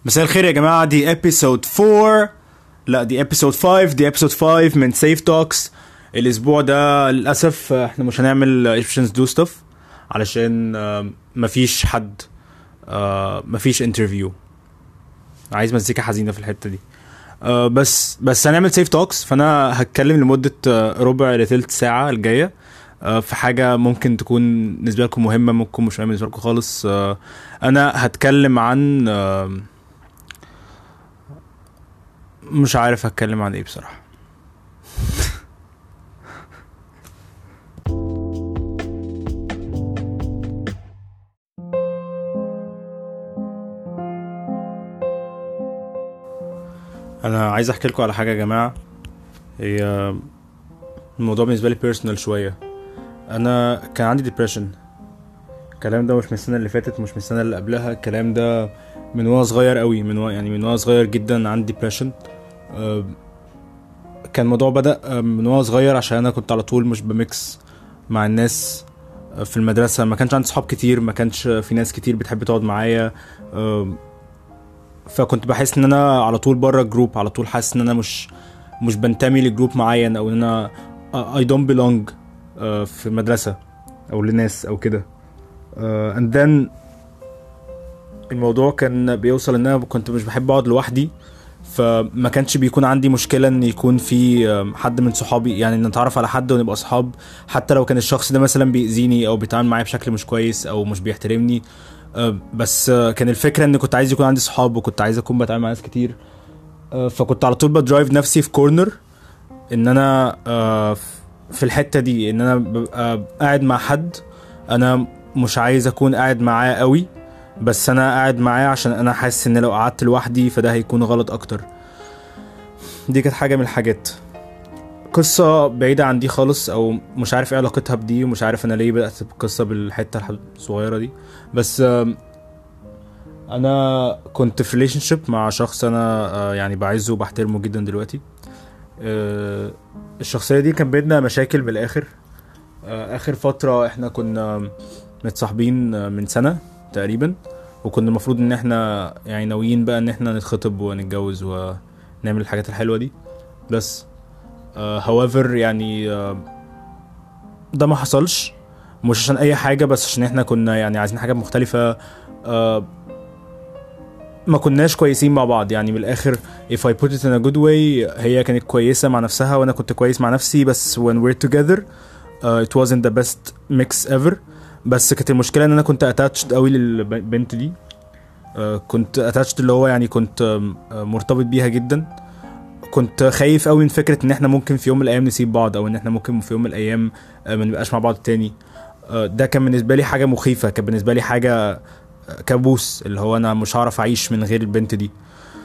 مساء الخير يا جماعة. دي ابيسود 4، لا دي ابيسود 5، دي ابيسود 5 من سيف توكس. الاسبوع ده للاسف احنا مش هنعمل ايجيبشنز دو ستاف علشان مفيش حد، مفيش انترفيو. عايز مزيكا حزينة في الحتة دي. بس هنعمل سيف توكس، فانا هتكلم لمدة ربع لثلث ساعة الجاية في حاجة ممكن تكون بالنسبة لكم مهمة، ممكن مش مهمة بالنسبة لكم خالص. انا هتكلم عن مش عارف هتكلم عن ايه بصراحة. انا عايز احكي لكم على حاجة يا جماعة. هي الموضوع بالنسبة لي بيرسونال شوية. انا كان عندي ديبريشن. الكلام ده مش من السنة اللي فاتت، مش من السنة اللي قبلها، الكلام ده من وانا صغير قوي، من وانا صغير جدا عندي ديبريشن. كان الموضوع بدأ من وانا صغير عشان انا كنت على طول مش بميكس مع الناس في المدرسة. ما كانش عندي صحاب كتير، ما كانش في ناس كتير بتحب تقعد معايا. فكنت بحس ان انا على طول بره الجروب، على طول حاسس ان انا مش بنتمي لجروب معين، او ان انا I don't belong في مدرسة او لناس او كده. and then الموضوع كان بيوصل ان انا كنت مش بحب اقعد لوحدي، فما كانش بيكون عندي مشكلة ان يكون في حد من صحابي، يعني ان نتعرف على حد ونبقى صحاب، حتى لو كان الشخص ده مثلا بيأذيني او بيتعامل معايا بشكل مش كويس او مش بيحترمني. بس كان الفكرة ان كنت عايز يكون عندي صحاب، وكنت عايز اكون بتعامل مع ناس كتير. فكنت على طول بدرايف نفسي في كورنر، ان انا في الحتة دي ان انا ببقى قاعد مع حد انا مش عايز اكون قاعد معاه قوي، بس انا قاعد معاه عشان انا حاسس ان لو قعدت لوحدي فده هيكون غلط اكتر. دي كانت حاجة من الحاجات. قصة بعيدة عن دي خالص، او مش عارف ايه علاقتها بدي، ومش عارف انا ليه بدأت القصة بالحتة الصغيرة دي. بس انا كنت في ريليشنشيب مع شخص انا يعني بعزه وبحترمه جدا دلوقتي. الشخصية دي كان بينا مشاكل بالاخر. اخر فترة احنا كنا متصاحبين من سنة تقريبا، وكنا المفروض ان احنا يعني ناويين بقى ان احنا نتخطب ونتجوز ونعمل الحاجات الحلوة دي. بس however يعني ده ما حصلش، مش عشان اي حاجة، بس عشان احنا كنا يعني عايزين حاجة مختلفة. ما كناش كويسين مع بعض، يعني من الاخر if I put it in a good way، هي كانت كويسة مع نفسها وانا كنت كويس مع نفسي، بس when we're together it wasn't the best mix ever. بس كانت المشكلة ان انا كنت attached قوي للبنت دي. كنت attached اللي هو يعني كنت مرتبط بيها جدا. كنت خايف قوي من فكرة ان احنا ممكن في يوم من الايام نسيب بعض، او ان احنا ممكن في يوم من الايام ما نبقاش مع بعض تاني. ده كان بالنسبة لي حاجة مخيفة، كان بالنسبة لي حاجة كابوس، اللي هو انا مش هعرف اعيش من غير البنت دي.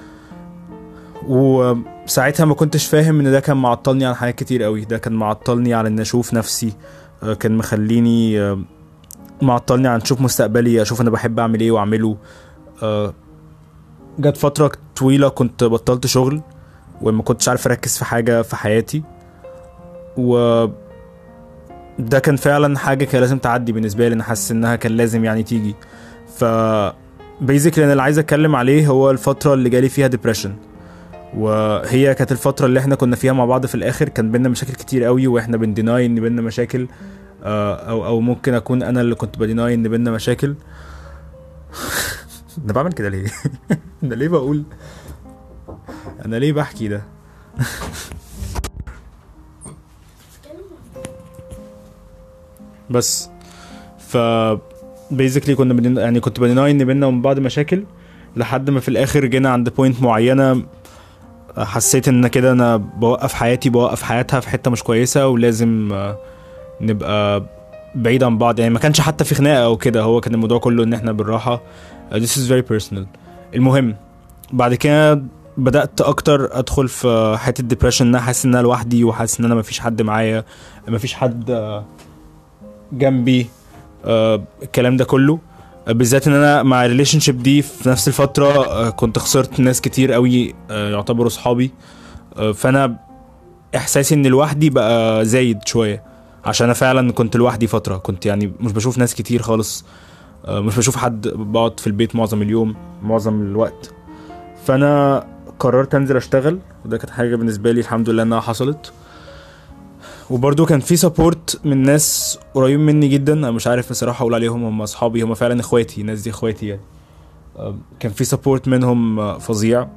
وساعتها ما كنتش فاهم ان ده كان معطلني عن حاجات كتير قوي. ده كان معطلني على ان اشوف نفسي، كان مخليني معطلني عن اشوف مستقبلي، اشوف انا بحب اعمل ايه واعمله. جت فترة طويلة كنت بطلت شغل وما كنتش عارف اركز في حاجة في حياتي، و ده كان فعلا حاجة كان لازم تعدي بالنسبة لي. انا حاسس انها كان لازم يعني تيجي. ف بيزيكلي انا اللي عايز اتكلم عليه هو الفترة اللي جالي فيها ديبريشن، وهي كانت الفترة اللي احنا كنا فيها مع بعض في الاخر. كان بينا مشاكل كتير قوي واحنا بنديناي ان بينا مشاكل، او ممكن اكون انا اللي كنت بديناي ان بينا مشاكل. انا بعمل كده ليه؟ انا ليه بقول، انا ليه بحكي ده؟ بس بيزيكلي كنا يعني كنت بديناي ان بينا ومن بعض مشاكل، لحد ما في الاخر جينا عند بوينت معينة حسيت ان كده انا بوقف حياتي، بوقف حياتها في حتة مش كويسة، ولازم نبقى بعيد عن بعض. يعني ما كانش حتى في خناقة او كده، هو كان الموضوع كله ان احنا بالراحة. this is very personal. المهم بعد كده بدأت اكتر ادخل في حتة ديبريشن، ان انا حاسس ان انا لوحدي، وحاسس ان انا مفيش حد معايا، مفيش حد جنبي. الكلام ده كله بالذات ان انا مع الريليشن شيب دي في نفس الفترة كنت خسرت ناس كتير قوي يعتبروا صحابي. فانا احساسي ان لوحدي بقى زايد شوية، عشان انا فعلا كنت لوحدي فترة. كنت يعني مش بشوف ناس كتير خالص، مش بشوف حد، بقعد في البيت معظم اليوم معظم الوقت. فانا قررت انزل اشتغل، وده كانت حاجه بالنسبه لي الحمد لله انها حصلت. وبرضو كان في سبورت من ناس قريبين مني جدا، انا مش عارف بصراحه اقول عليهم هم اصحابي، هم فعلا اخواتي، الناس دي اخواتي يعني. كان في سبورت منهم فظيع.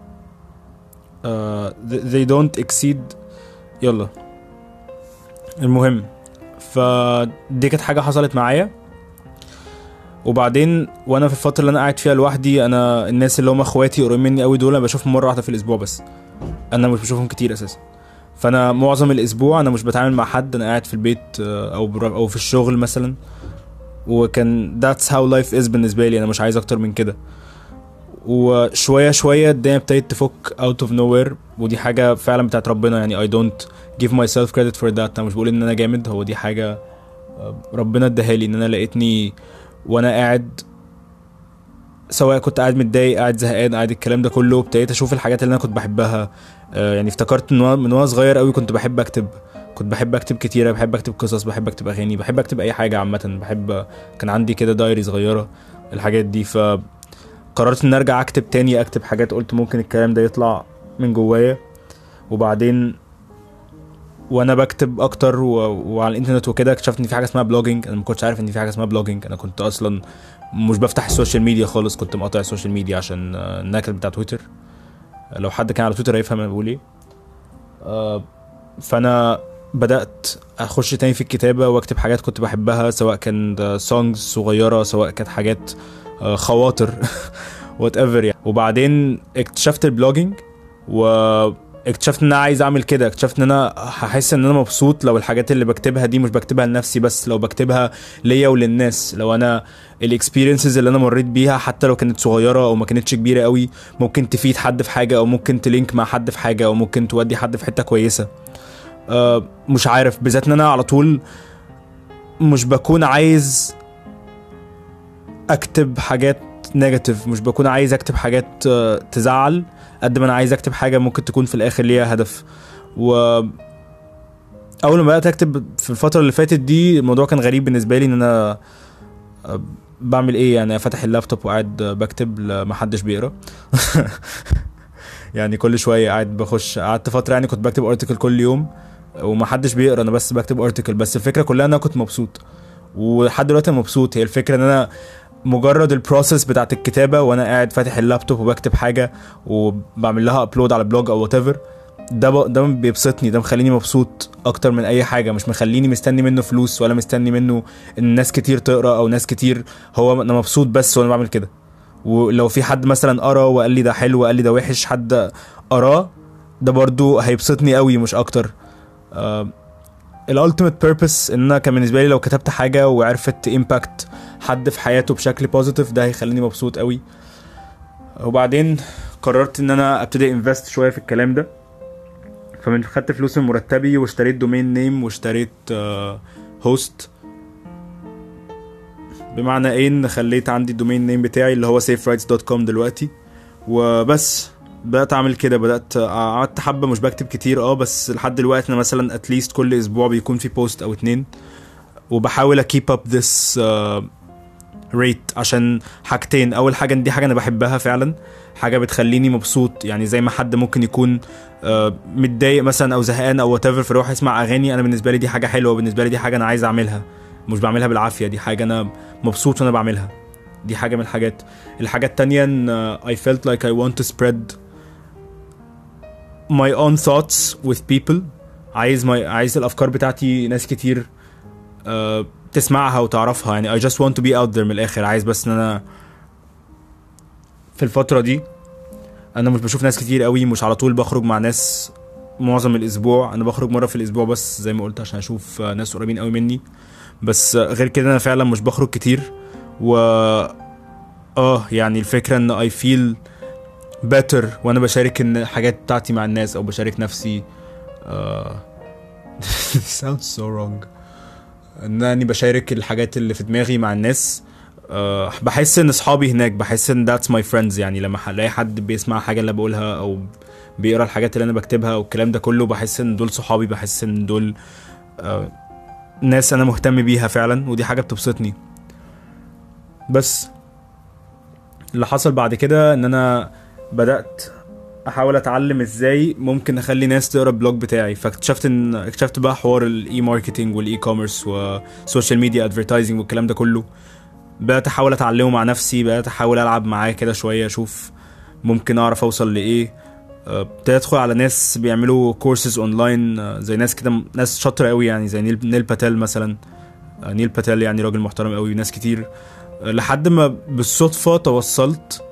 they don't exceed. يلا المهم، فدي كانت حاجه حصلت معايا. وبعدين وانا في الفتره اللي انا قاعد فيها لوحدي، انا الناس اللي هم اخواتي قريبين مني قوي دول انا بشوفهم مره واحده في الاسبوع بس، انا مش بشوفهم كتير اساسا. فانا معظم الاسبوع انا مش بتعامل مع حد، انا قاعد في البيت او في الشغل مثلا. وكان that's how life is بالنسبه لي، انا مش عايز اكتر من كده. وشويه شويه الدنيا ابتدت تفك out of nowhere، ودي حاجه فعلا بتاعت ربنا يعني. I don't give myself credit for that. انا مش بقول ان انا جامد، هو دي حاجه ربنا اداها لي، ان انا لقيتني وانا قاعد، سواء كنت قاعد متضايق، قاعد زهقان، قاعد الكلام ده كله، ابتديت اشوف الحاجات اللي انا كنت بحبها. يعني افتكرت من وانا صغير قوي كنت بحب اكتب، كنت بحب اكتب كتير، بحب اكتب قصص، بحب اكتب اغاني، بحب اكتب اي حاجه عامه، كان عندي كده دايري صغيره الحاجات دي. فقررت ان ارجع اكتب تاني، اكتب حاجات، قلت ممكن الكلام ده يطلع من جوايا. وبعدين وانا بكتب اكتر وعلى الانترنت وكده، اكتشفت ان في حاجه اسمها بلوجينج. انا ما كنتش عارف ان في حاجه اسمها بلوجينج، انا كنت اصلا مش بفتح السوشيال ميديا خالص، كنت مقاطع السوشيال ميديا عشان النكد بتاع تويتر. لو حد كان على تويتر هيفهم انا بقول ايه. فانا بدات اخش تاني في الكتابه واكتب حاجات كنت بحبها، سواء كان سونجز صغيره، سواء كانت حاجات خواطر وات ايفر يعني. وبعدين اكتشفت البلوجينج، واكتشفت ان انا عايز اعمل كده. اكتشفت ان انا هحس ان انا مبسوط لو الحاجات اللي بكتبها دي مش بكتبها لنفسي بس، لو بكتبها ليا وللناس. لو انا الاكسبيرينسز اللي انا مريت بيها حتى لو كانت صغيره او ما كانتش كبيره قوي، ممكن تفيد حد في حاجه، او ممكن تلينك مع حد في حاجه، او ممكن تودي حد في حته كويسه. مش عارف، بالذات ان انا على طول مش بكون عايز اكتب حاجات نيجاتيف، مش بكون عايز اكتب حاجات تزعل، قد ما انا عايز اكتب حاجه ممكن تكون في الاخر ليها هدف. و اول ما بدات اكتب في الفتره اللي فاتت دي، الموضوع كان غريب بالنسبه لي، ان انا بعمل ايه يعني؟ فاتح اللابتوب وقاعد بكتب لمحدش بيقرا يعني كل شويه قاعد بخش. قعدت فتره يعني كنت بكتب ارتكل كل يوم ومحدش بيقرا، انا بس بكتب ارتكل بس. الفكره كلها ان انا كنت مبسوط، ولحد دلوقتي مبسوط. هي الفكره ان انا مجرد البروسيس بتاعت الكتابه وانا قاعد فاتح اللابتوب وبكتب حاجه وبعمل لها ابلود على بلوج او وات ايفر، ده بيبسطني، ده مخليني مبسوط اكتر من اي حاجه. مش مخليني مستني منه فلوس، ولا مستني منه ان ناس كتير تقرا او ناس كتير. هو انا مبسوط بس وانا بعمل كده. ولو في حد مثلا قرا وقال لي ده حلو وقال لي ده وحش، حد قراه ده برضو هيبسطني قوي مش اكتر. الالتيميت بيربس ان انا كان بالنسبه لي لو كتبت حاجه وعرفت امباكت حد في حياته بشكل بوزيتيف، ده هيخليني مبسوط قوي. وبعدين قررت ان انا ابتدي انفست شويه في الكلام ده، فمن خدت فلوس من مرتبي واشتريت دومين نيم واشتريت هوست. بمعنى ايه؟ ان خليت عندي الدومين نيم بتاعي اللي هو saferights.com دلوقتي، وبس بدات اعمل كده. بدات قعدت حبه مش بكتب كتير بس لحد دلوقتي انا مثلا اتليست كل اسبوع بيكون في بوست او 2، وبحاول اكيب اب ذس ريت عشان حاجتين. اول حاجه ان دي حاجه انا بحبها فعلا، حاجه بتخليني مبسوط. يعني زي ما حد ممكن يكون متضايق مثلا او زهقان او وات ايفر فيروح يسمع اغاني، انا بالنسبه لي دي حاجه حلوه، بالنسبه لي دي حاجه انا عايز اعملها، مش بعملها بالعافيه، دي حاجه انا مبسوط وانا بعملها. دي حاجه من الحاجات. الحاجه التانية ان I felt like I want to spread my own thoughts with people. عايز الافكار بتاعتي ناس كتير تسمعها وتعرفها. يعني I just want to be out there من الاخر. عايز بس ان انا في الفتره دي انا مش بشوف ناس كتير قوي، مش على طول بخرج مع ناس معظم الاسبوع. انا بخرج مره في الاسبوع بس زي ما قلت عشان اشوف ناس قريبين قوي مني، بس غير كده انا فعلا مش بخرج كتير. و يعني الفكره ان I feel better وانا بشارك ان الحاجات بتاعتي مع الناس او بشارك نفسي. sounds so wrong ان انا بشارك الحاجات اللي في دماغي مع الناس. بحس ان اصحابي هناك، بحس ان that's my friends. يعني لما الاقي حد بيسمع حاجه اللي بقولها او بيقرا الحاجات اللي انا بكتبها والكلام ده كله، بحس ان دول صحابي، بحس ان دول ناس انا مهتم بيها فعلا، ودي حاجه بتبسطني. بس اللي حصل بعد كده ان انا بدات احاول اتعلم ازاي ممكن اخلي ناس تقرا البلوج بتاعي. اكتشفت بقى حوار الاي ماركتنج والاي كوميرس والسوشيال ميديا ادفرتايزنج والكلام ده كله. بقيت احاول اتعلمه مع نفسي، بقيت احاول العب معاه كده شويه، اشوف ممكن اعرف اوصل لايه. ابتديت ادخل على ناس بيعملوا كورسز اونلاين، زي ناس كده، ناس شاطره قوي يعني، زي نيل باتيل مثلا. نيل باتيل يعني راجل محترم قوي، ناس كتير. لحد ما بالصدفه توصلت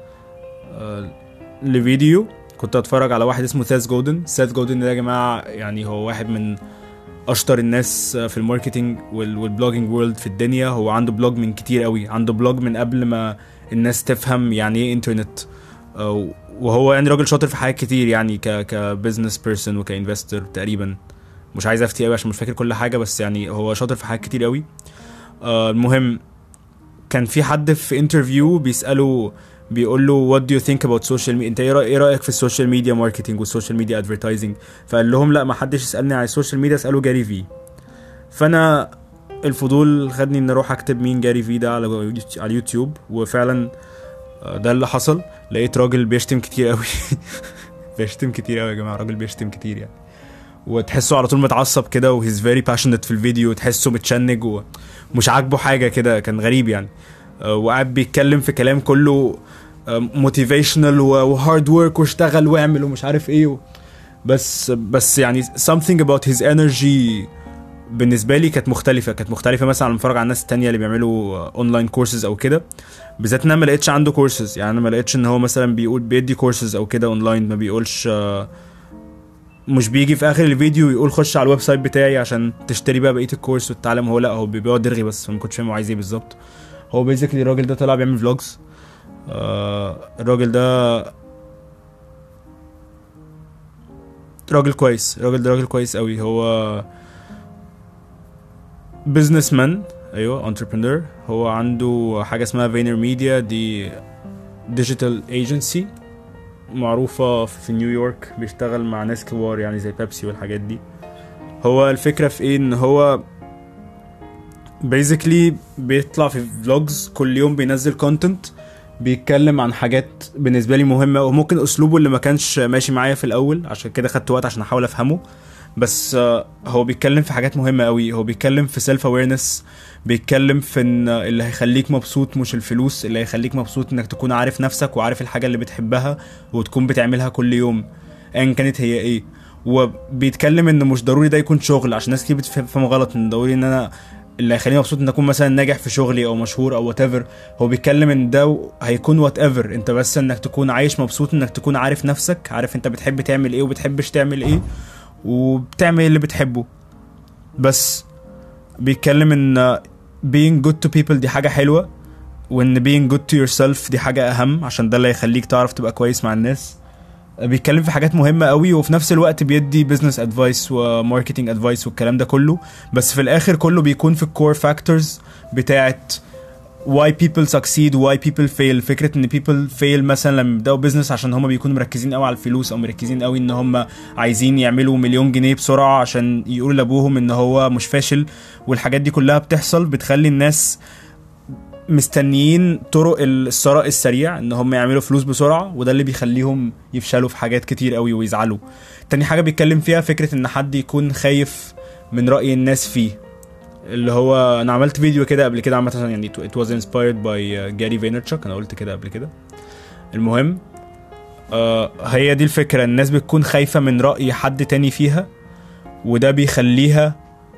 لفيديو كنت اتفرج على واحد اسمه سيث جودن ده يا جماعه، يعني هو واحد من اشطر الناس في الماركتينج والبلوجينج وورلد في الدنيا. هو عنده بلوج من كتير قوي، عنده بلوج من قبل ما الناس تفهم يعني ايه انترنت. وهو يعني راجل شاطر في حاجات كتير يعني، كبزنس بيرسون وكانفستور تقريبا. مش عايز افتي قوي عشان مش فاكر كل حاجه، بس يعني هو شاطر في حاجات كتير قوي. المهم كان في حد في انترفيو بيساله، بيقول له what do you think about social media، انت ايه رايك في السوشيال ميديا ماركتنج والسوشيال ميديا ادفرتايزنج؟ فقال لهم لا، ما حدش يسالني على السوشيال ميديا، اساله جاري في. فانا الفضول خدني ان اروح اكتب مين جاري في ده على اليوتيوب، وفعلا ده اللي حصل. لقيت راجل بيشتم كتير قوي بيشتم كتير قوي يا جماعه، راجل بيشتم كتير يعني، وتحسه على طول متعصب كده، وهيز فيري باشنت في الفيديو، تحسه متشنج ومش عاجبه حاجه كده، كان غريب يعني. وقاعد بيتكلم في كلام كله موتيفيشنال وهارد ورك واشتغل واعمل ومش عارف ايه بس يعني something about his energy بالنسبه لي كانت مختلفه مثلا عن اتفرج على الناس التانية اللي بيعملوا اونلاين كورسز او كده. بالذات انا ما لقيتش عنده كورسز، يعني انا ما لقيتش ان هو مثلا بيقول بيدي كورسز او كده اونلاين، ما بيقولش مش بيجي في اخر الفيديو يقول خش على الويب سايت بتاعي عشان تشتري بقى بقيه الكورس وتتعلم. هو لا، هو بيقعد يرغي بس، فما كنتش فاهم هو عايز ايه بالظبط. هو بيزيكلي الراجل ده طلع بيعمل فلوجز. الراجل ده راجل كويس، راجل كويس قوي. هو بزنس مان، ايوه انتربرنور. هو عنده حاجه اسمها فينر ميديا، دي ديجيتال ايجنسي معروفه في نيويورك، بيشتغل مع ناس كبار يعني زي بيبسي والحاجات دي. هو الفكره في ايه؟ ان هو بيزيكلي بيطلع في فلوجز كل يوم، بينزل كونتنت بيتكلم عن حاجات بالنسبه لي مهمه، وممكن اسلوبه اللي ما كانش ماشي معايا في الاول، عشان كده خدت وقت عشان احاول افهمه. بس هو بيتكلم في حاجات مهمه قوي. هو بيتكلم في سيلف اويرنس، بيتكلم في ان اللي هيخليك مبسوط مش الفلوس، اللي هيخليك مبسوط انك تكون عارف نفسك وعارف الحاجه اللي بتحبها وتكون بتعملها كل يوم ايا كانت هي ايه. وبيتكلم ان مش ضروري ده يكون شغل، عشان ناس كتير بتفهم غلط ان ضروري ان انا اللي هيخليني مبسوط ان اكون مثلا ناجح في شغلي او مشهور او وات ايفر. هو بيتكلم ان ده هيكون وات ايفر، انت بس انك تكون عايش مبسوط، انك تكون عارف نفسك، عارف انت بتحب تعمل ايه وبتحبش تعمل ايه، وبتعمل اللي بتحبه. بس بيتكلم ان being good to people دي حاجة حلوة، وان being good to yourself دي حاجة اهم، عشان ده اللي هيخليك تعرف تبقى كويس مع الناس. بيتكلم في حاجات مهمة قوي، وفي نفس الوقت بيدي business advice وماركتينج advice والكلام ده كله. بس في الاخر كله بيكون في الكور فاكتورز بتاعت why people succeed why people fail. فكرة ان people fail مثلا لما يبدأوا business عشان هم بيكونوا مركزين قوي على الفلوس، او مركزين قوي ان هم عايزين يعملوا مليون جنيه بسرعة عشان يقولوا لابوهم ان هو مش فاشل. والحاجات دي كلها بتحصل بتخلي الناس مستنيين طرق الثراء السريع، ان هم يعملوا فلوس بسرعه، وده اللي بيخليهم يفشلوا في حاجات كتير قوي ويزعلوا. تاني حاجه بيتكلم فيها فكره ان حد يكون خايف من راي الناس فيه، اللي هو انا عملت فيديو كده قبل كده عامه يعني it was inspired by Gary Vaynerchuk، انا قلت كده قبل كده. المهم هي دي الفكره، الناس بتكون خايفه من راي حد تاني فيها، وده بيخليها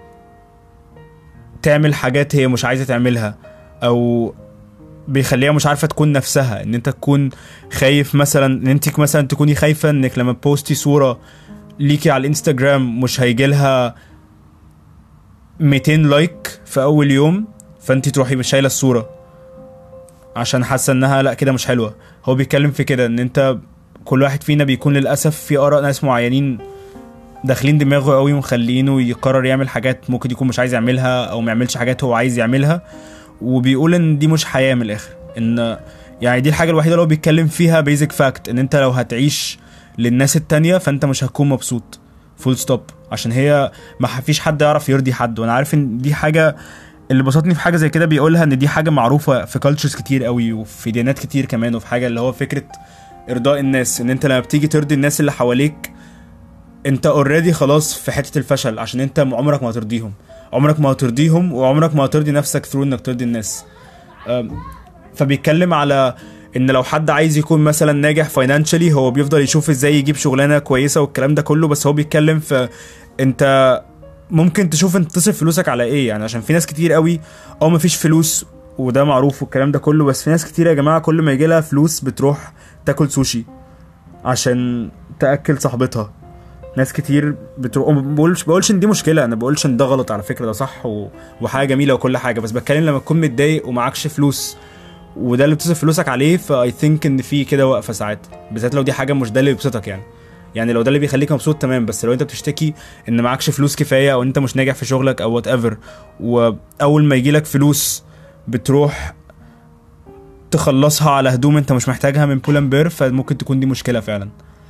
تعمل حاجات هي مش عايزه تعملها، او بيخليها مش عارفه تكون نفسها. ان انت تكون خايف مثلا، ان انت مثلا تكوني خايفه انك لما تبوستي صوره ليكي على الانستجرام مش هيجيلها 200 لايك في اول يوم، فانت تروحي مش شايله الصوره عشان حاسه انها لا كده مش حلوه. هو بيتكلم في كده ان انت كل واحد فينا بيكون للاسف في اراء ناس معينين داخلين دماغه قوي ومخلينه يقرر يعمل حاجات ممكن يكون مش عايز يعملها، او ما يعملش حاجات هو عايز يعملها. وبيقول ان دي مش حياه من الاخر، ان يعني دي الحاجه الوحيده اللي هو بيتكلم فيها بيزك فاكت، ان انت لو هتعيش للناس التانية فانت مش هتكون مبسوط فول ستوب، عشان هي ما فيش حد يعرف يرضي حد. وانا عارف ان دي حاجه اللي بسطني في حاجه زي كده بيقولها، ان دي حاجه معروفه في كالتشرز كتير قوي وفي ديانات كتير كمان، وفي حاجه اللي هو فكره ارضاء الناس، ان انت لما بتيجي ترضي الناس اللي حواليك انت اوريدي خلاص في حته الفشل، عشان انت عمرك ما هترضيهم، عمرك ما هترضيهم، وعمرك ما هترضي نفسك ثرو انك ترضي الناس. فبيتكلم على ان لو حد عايز يكون مثلا ناجح فاينانشالي هو بيفضل يشوف ازاي يجيب شغلانه كويسه والكلام ده كله، بس هو بيتكلم في انت ممكن تشوف انت تصرف فلوسك على ايه. يعني عشان في ناس كتير قوي مفيش فلوس وده معروف والكلام ده كله، بس في ناس كتير يا جماعه كل ما يجي لها فلوس بتروح تاكل سوشي عشان تاكل صاحبتها. ناس كتير بتروح، بقولش ان دي مشكله، انا بقولش ان ده غلط على فكره، ده صح وحاجه جميله وكل حاجه، بس بتكلم لما تكون متضايق ومعكش فلوس وده اللي بتصرف فلوسك عليه، فاي ثينك ان في كده وقفه ساعات، بالذات لو دي حاجه مش ده اللي بيبسطك. يعني لو ده اللي بيخليك مبسوط تمام، بس لو انت بتشتكي ان معكش فلوس كفايه او انت مش ناجح في شغلك او وات ايفر، واول ما يجيلك فلوس بتروح تخلصها على هدوم انت مش محتاجها من بول امبير، فممكن تكون دي مشكله فعلا.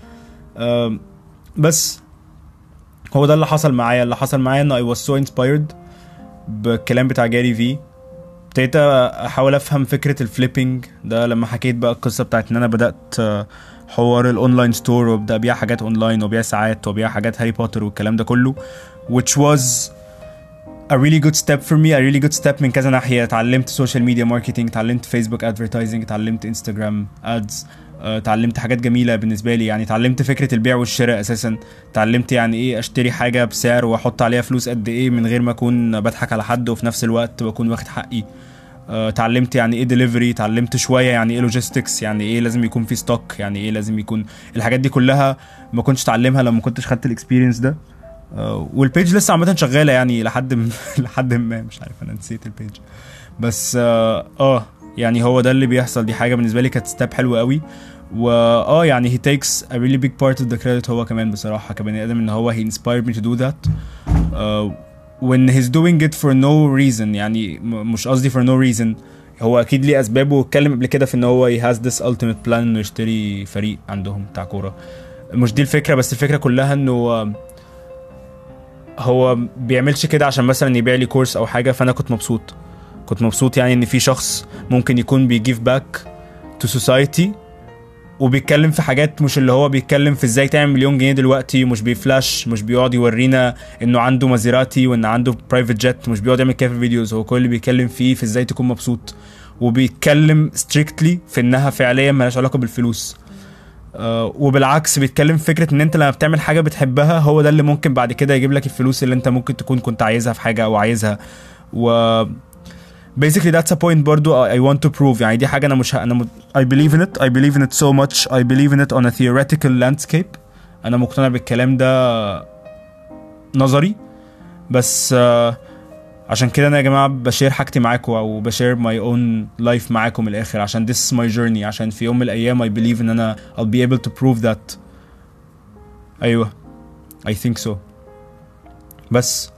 بس هو ده اللي حصل معايا ان I was so inspired بالكلام بتاع جاري في. ابتديت احاول افهم فكره الفليبينج ده لما حكيت بقى القصه بتاعت ان انا بدات حوار الاونلاين ستور وابدا ابيع حاجات اونلاين وابيع ساعات وابيع حاجات هاري بوتر والكلام ده كله، which was a really good step for me, a really good step من كذا ناحيه. اتعلمت سوشيال ميديا ماركتينج، اتعلمت فيسبوك ادفرتايزنج، اتعلمت انستجرام ادز، اتعلمت حاجات جميله بالنسبه لي. يعني اتعلمت فكره البيع والشراء اساسا، اتعلمت يعني ايه اشتري حاجه بسعر واحط عليها فلوس قد ايه من غير ما اكون بضحك على حد وفي نفس الوقت بكون واخد حقي. اتعلمت يعني ايه ديليفري، اتعلمت شويه يعني ايه لوجيستكس، يعني ايه لازم يكون في ستوك، يعني ايه لازم يكون الحاجات دي كلها ما كنتش اتعلمها لما كنتش خدت الاكسبيرينس ده. والبيج لسه عامه شغاله يعني لحد ما مش عارف، انا نسيت البيج بس يعني هو ده اللي بيحصل. دي حاجه بالنسبه لي كانت ستيب حلوه قوي، يعني he takes a really big part of the credit هو كمان بصراحه كبني ادم، ان هو he inspired me to do that when he's doing it for no reason. يعني مش قصدي for no reason، هو اكيد ليه اسبابه، واتكلم قبل كده في ان هو he has this ultimate plan انه يشتري فريق عندهم بتاع كوره. مش دي الفكره، بس الفكره كلها انه هو بيعملش كده عشان مثلا يبيع لي كورس او حاجه، فانا كنت مبسوط يعني ان في شخص ممكن يكون بيجيف باك تو سوسايتي وبيتكلم في حاجات، مش اللي هو بيتكلم في ازاي تعمل مليون جنيه دلوقتي، مش بيفلاش، مش بيقعد يورينا انه عنده مازيراتي وان عنده برايفت جيت، مش بيقعد يعمل كده في فيديوز. هو كل اللي بيتكلم فيه في ازاي تكون مبسوط، وبيتكلم ستريكتلي في انها فعليا مالهاش علاقه بالفلوس. وبالعكس بيتكلم في فكره ان انت لما بتعمل حاجه بتحبها هو ده اللي ممكن بعد كده يجيب لك الفلوس اللي انت ممكن تكون كنت عايزها في حاجه او عايزها. و basically that's a point برضو I want to prove. يعني دي حاجة I believe in it so much. I believe in it on a theoretical landscape. أنا مقتنع بالكلام ده نظري، بس عشان كده أنا يا جماعة بشير حاجتي معاكم أو بشير my own life معاكم الآخر، عشان this is my journey، عشان في يوم من الأيام I believe إن أنا I'll be able to prove that. أيوة I think so. بس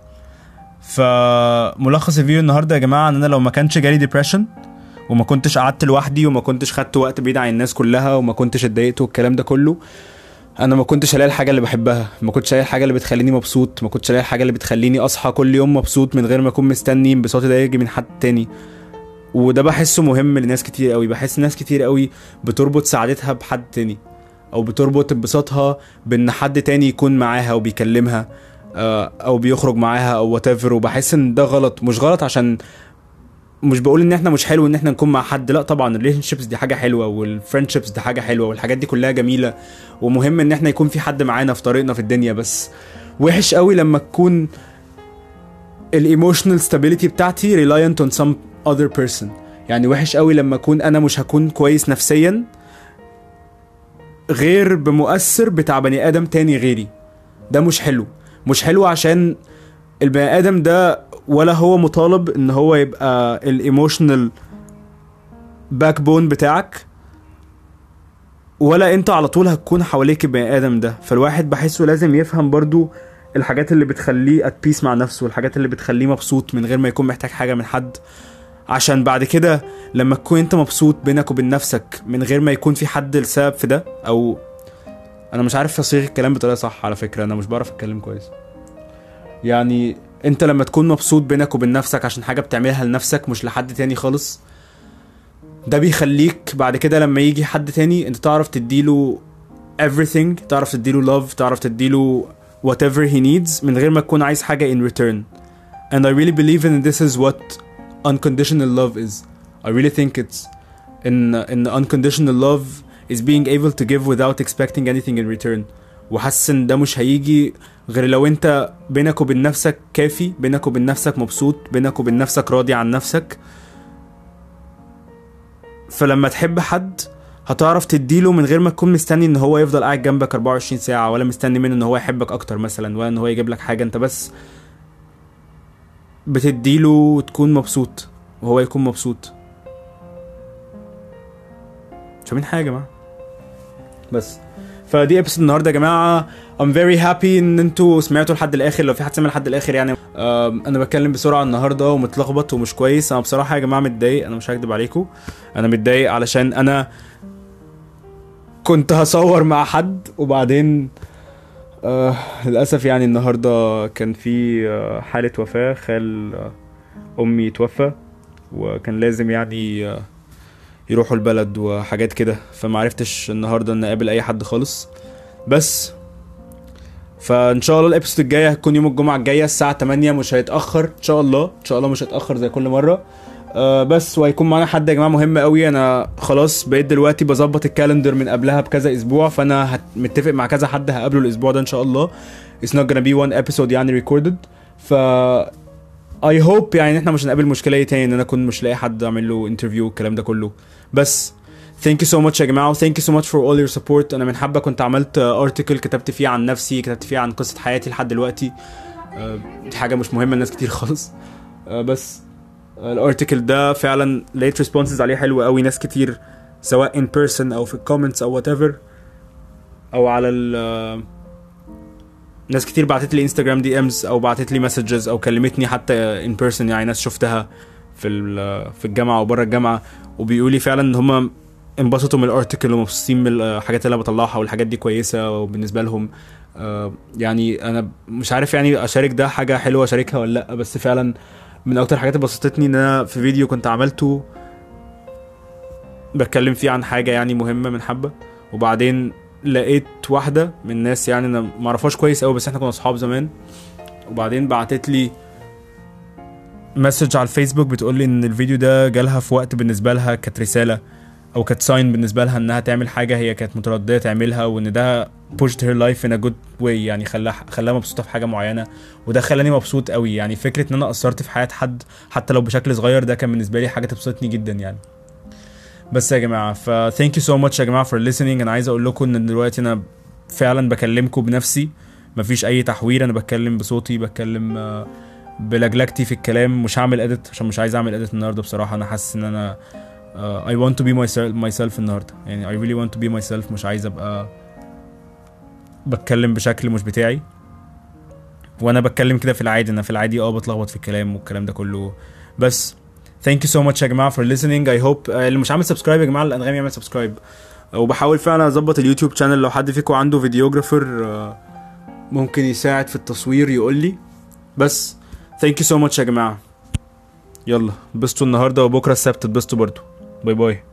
فملخص الفيديو النهارده يا جماعه ان انا لو ما كانش جالي ديبريشن وما كنتش قعدت لوحدي وما كنتش خدت وقت بعيد عن الناس كلها وما كنتش اتضايقت والكلام ده كله، انا ما كنتش الاقي الحاجه اللي بحبها، ما كنتش الاقي الحاجه اللي بتخليني مبسوط، ما كنتش الاقي الحاجه اللي بتخليني اصحى كل يوم مبسوط من غير ما اكون مستني انبساطي ده يجي من حد تاني. وده بحسه مهم لناس كتير قوي. بحس ناس كتير قوي بتربط سعادتها بحد تاني، او بتربط انبساطها بان حد تاني يكون معاها وبيكلمها او بيخرج معاها او whatever. وبحس ان ده غلط. مش غلط عشان مش بقول ان احنا مش حلو ان احنا نكون مع حد، لا طبعا الريليشنشيبس دي حاجه حلوه والفريندشيبس دي حاجه حلوه والحاجات دي كلها جميله ومهم ان احنا يكون في حد معانا في طريقنا في الدنيا. بس وحش قوي لما تكون الايموشنال ستابيليتي بتاعتي reliant on some other person. يعني وحش قوي لما اكون انا مش هكون كويس نفسيا غير بمؤثر بتاع بني ادم تاني غيري. ده مش حلو عشان البني ادم ده ولا هو مطالب ان هو يبقى الايموشنال باك بون بتاعك، ولا انت على طول هتكون حواليك البني ادم ده. فالواحد بحسه لازم يفهم برضو الحاجات اللي بتخليه at peace مع نفسه والحاجات اللي بتخليه مبسوط من غير ما يكون محتاج حاجة من حد، عشان بعد كده لما تكون انت مبسوط بينك وبين نفسك من غير ما يكون في حد السبب في ده. او انا مش عارف اصيغ الكلام بطريقة صح، على فكرة انا مش بعرف اتكلم كويس. يعني انت لما تكون مبسوط بينك وبين نفسك عشان حاجة بتعملها لنفسك مش لحد تاني خالص، ده بيخليك بعد كده لما يجي حد تاني انت تعرف تديله everything، تعرف تديله love، تعرف تديله whatever he needs من غير ما تكون عايز حاجة in return. And I really believe in this is what unconditional love is. I really think it's in unconditional love is being able to give without expecting anything in return. وحاسس ان ده مش هيجي غير لو انت بينك وبين نفسك كافي، بينك وبين نفسك مبسوط، بينك وبين نفسك راضي عن نفسك. فلما تحب حد هتعرف تديله من غير ما تكون مستني ان هو يفضل قاعد جنبك 24 ساعة، ولا مستني منه ان هو يحبك اكتر مثلا، ولا ان هو يجيب لك حاجة. انت بس بتديله وتكون مبسوط وهو يكون مبسوط. شايفين حاجة يا جماعة؟ بس فدي ابسود النهارده يا جماعه. I'm very happy ان انتوا سمعتوا لحد الاخر. لو في حد سمع لحد الاخر يعني انا بتكلم بسرعه النهارده ومتلخبط ومش كويس. انا بصراحه يا جماعه متضايق، انا مش هكدب عليكم، انا متضايق علشان انا كنت هصور مع حد وبعدين للاسف يعني النهارده كان في حاله وفاه. خال امي توفى وكان لازم يعني يروحوا البلد وحاجات كده، فما عرفتش النهارده ان اقابل اي حد خالص. بس فان شاء الله الابيسود الجايه هتكون يوم الجمعه الجايه الساعه 8، مش هيتاخر ان شاء الله، ان شاء الله مش هيتاخر زي كل مره. بس وهيكون معانا حد يا جماعه مهم قوي. انا خلاص بقيت دلوقتي بظبط الكالندر من قبلها بكذا اسبوع، فانا متفق مع كذا حد هقابله الاسبوع ده ان شاء الله. It's not gonna be one episode يعني recorded. ف I hope يعني احنا مش هنقابل مشكله ايه تاني ان انا اكون مش لاقي حد اعمل له انترفيو والكلام ده كله. بس thank you so much يا جماعه، thank you so much for all your support. انا من حبه كنت عملت article كتبت فيه عن نفسي، كتبت فيه عن قصه حياتي لحد دلوقتي. دي حاجه مش مهمه لناس كتير خالص. بس الارتيكل ده فعلا لقيت ريسبونسز عليه حلوه قوي، ناس كتير سواء in person او في الكومنتس او whatever او على ناس كتير بعتت لي انستجرام دي امز او بعتت لي مسجز او كلمتني حتى in person، يعني ناس شفتها في الجامعه وبره الجامعه وبيقولي فعلا ان هم انبسطوا من الارتيكل ومبسوطين من الحاجات اللي انا بطلعها والحاجات دي كويسه وبالنسبه لهم. يعني انا مش عارف يعني اشارك ده حاجه حلوه اشاركها ولا لا، بس فعلا من اكتر حاجات اللي بسطتني ان انا في فيديو كنت عملته بتكلم فيه عن حاجه يعني مهمه من حبه، وبعدين لقيت واحده من الناس يعني انا ما اعرفهاش كويس قوي بس احنا كنا اصحاب زمان، وبعدين بعتت لي مسج على الفيسبوك بتقول لي ان الفيديو ده جالها في وقت بالنسبه لها كانت رساله او كانت ساين بالنسبه لها انها تعمل حاجه هي كانت متردده تعملها، وان ده pushed her life in a good way، يعني خلاها مبسوطه في حاجه معينه، وده خلاني مبسوط قوي. يعني فكره ان انا اثرت في حياه حد حتى لو بشكل صغير ده كان بالنسبه لي حاجه تبسطني جدا يعني. بس يا جماعه ف thank you so much يا جماعه for listening. انا عايز اقول لكم ان دلوقتي انا فعلا بكلمكم بنفسي، مفيش اي تحوير، انا بتكلم بصوتي، بتكلم بلجلجتي في الكلام. مش هعمل اديت عشان مش عايز اعمل اديت النهارده بصراحه. انا حاسس ان انا I want to be myself النهارده، يعني I really want to be myself. مش عايز ابقى بتكلم بشكل مش بتاعي، وانا بتكلم كده في العادي. انا في العادي بتلخبط في الكلام والكلام ده كله. بس thank you so much يا جماعه for listening. I hope اللي مش عامل سبسكرايب يا جماعه الانغامي يعمل سبسكرايب، وبحاول فعلا اظبط اليوتيوب شانل. لو حد فيكم عنده فيديوجرافر ممكن يساعد في التصوير يقول لي. بس thank you so much يا جماعه. يلا بسطوا النهارده وبكره السبت تبسطوا برضو. باي باي.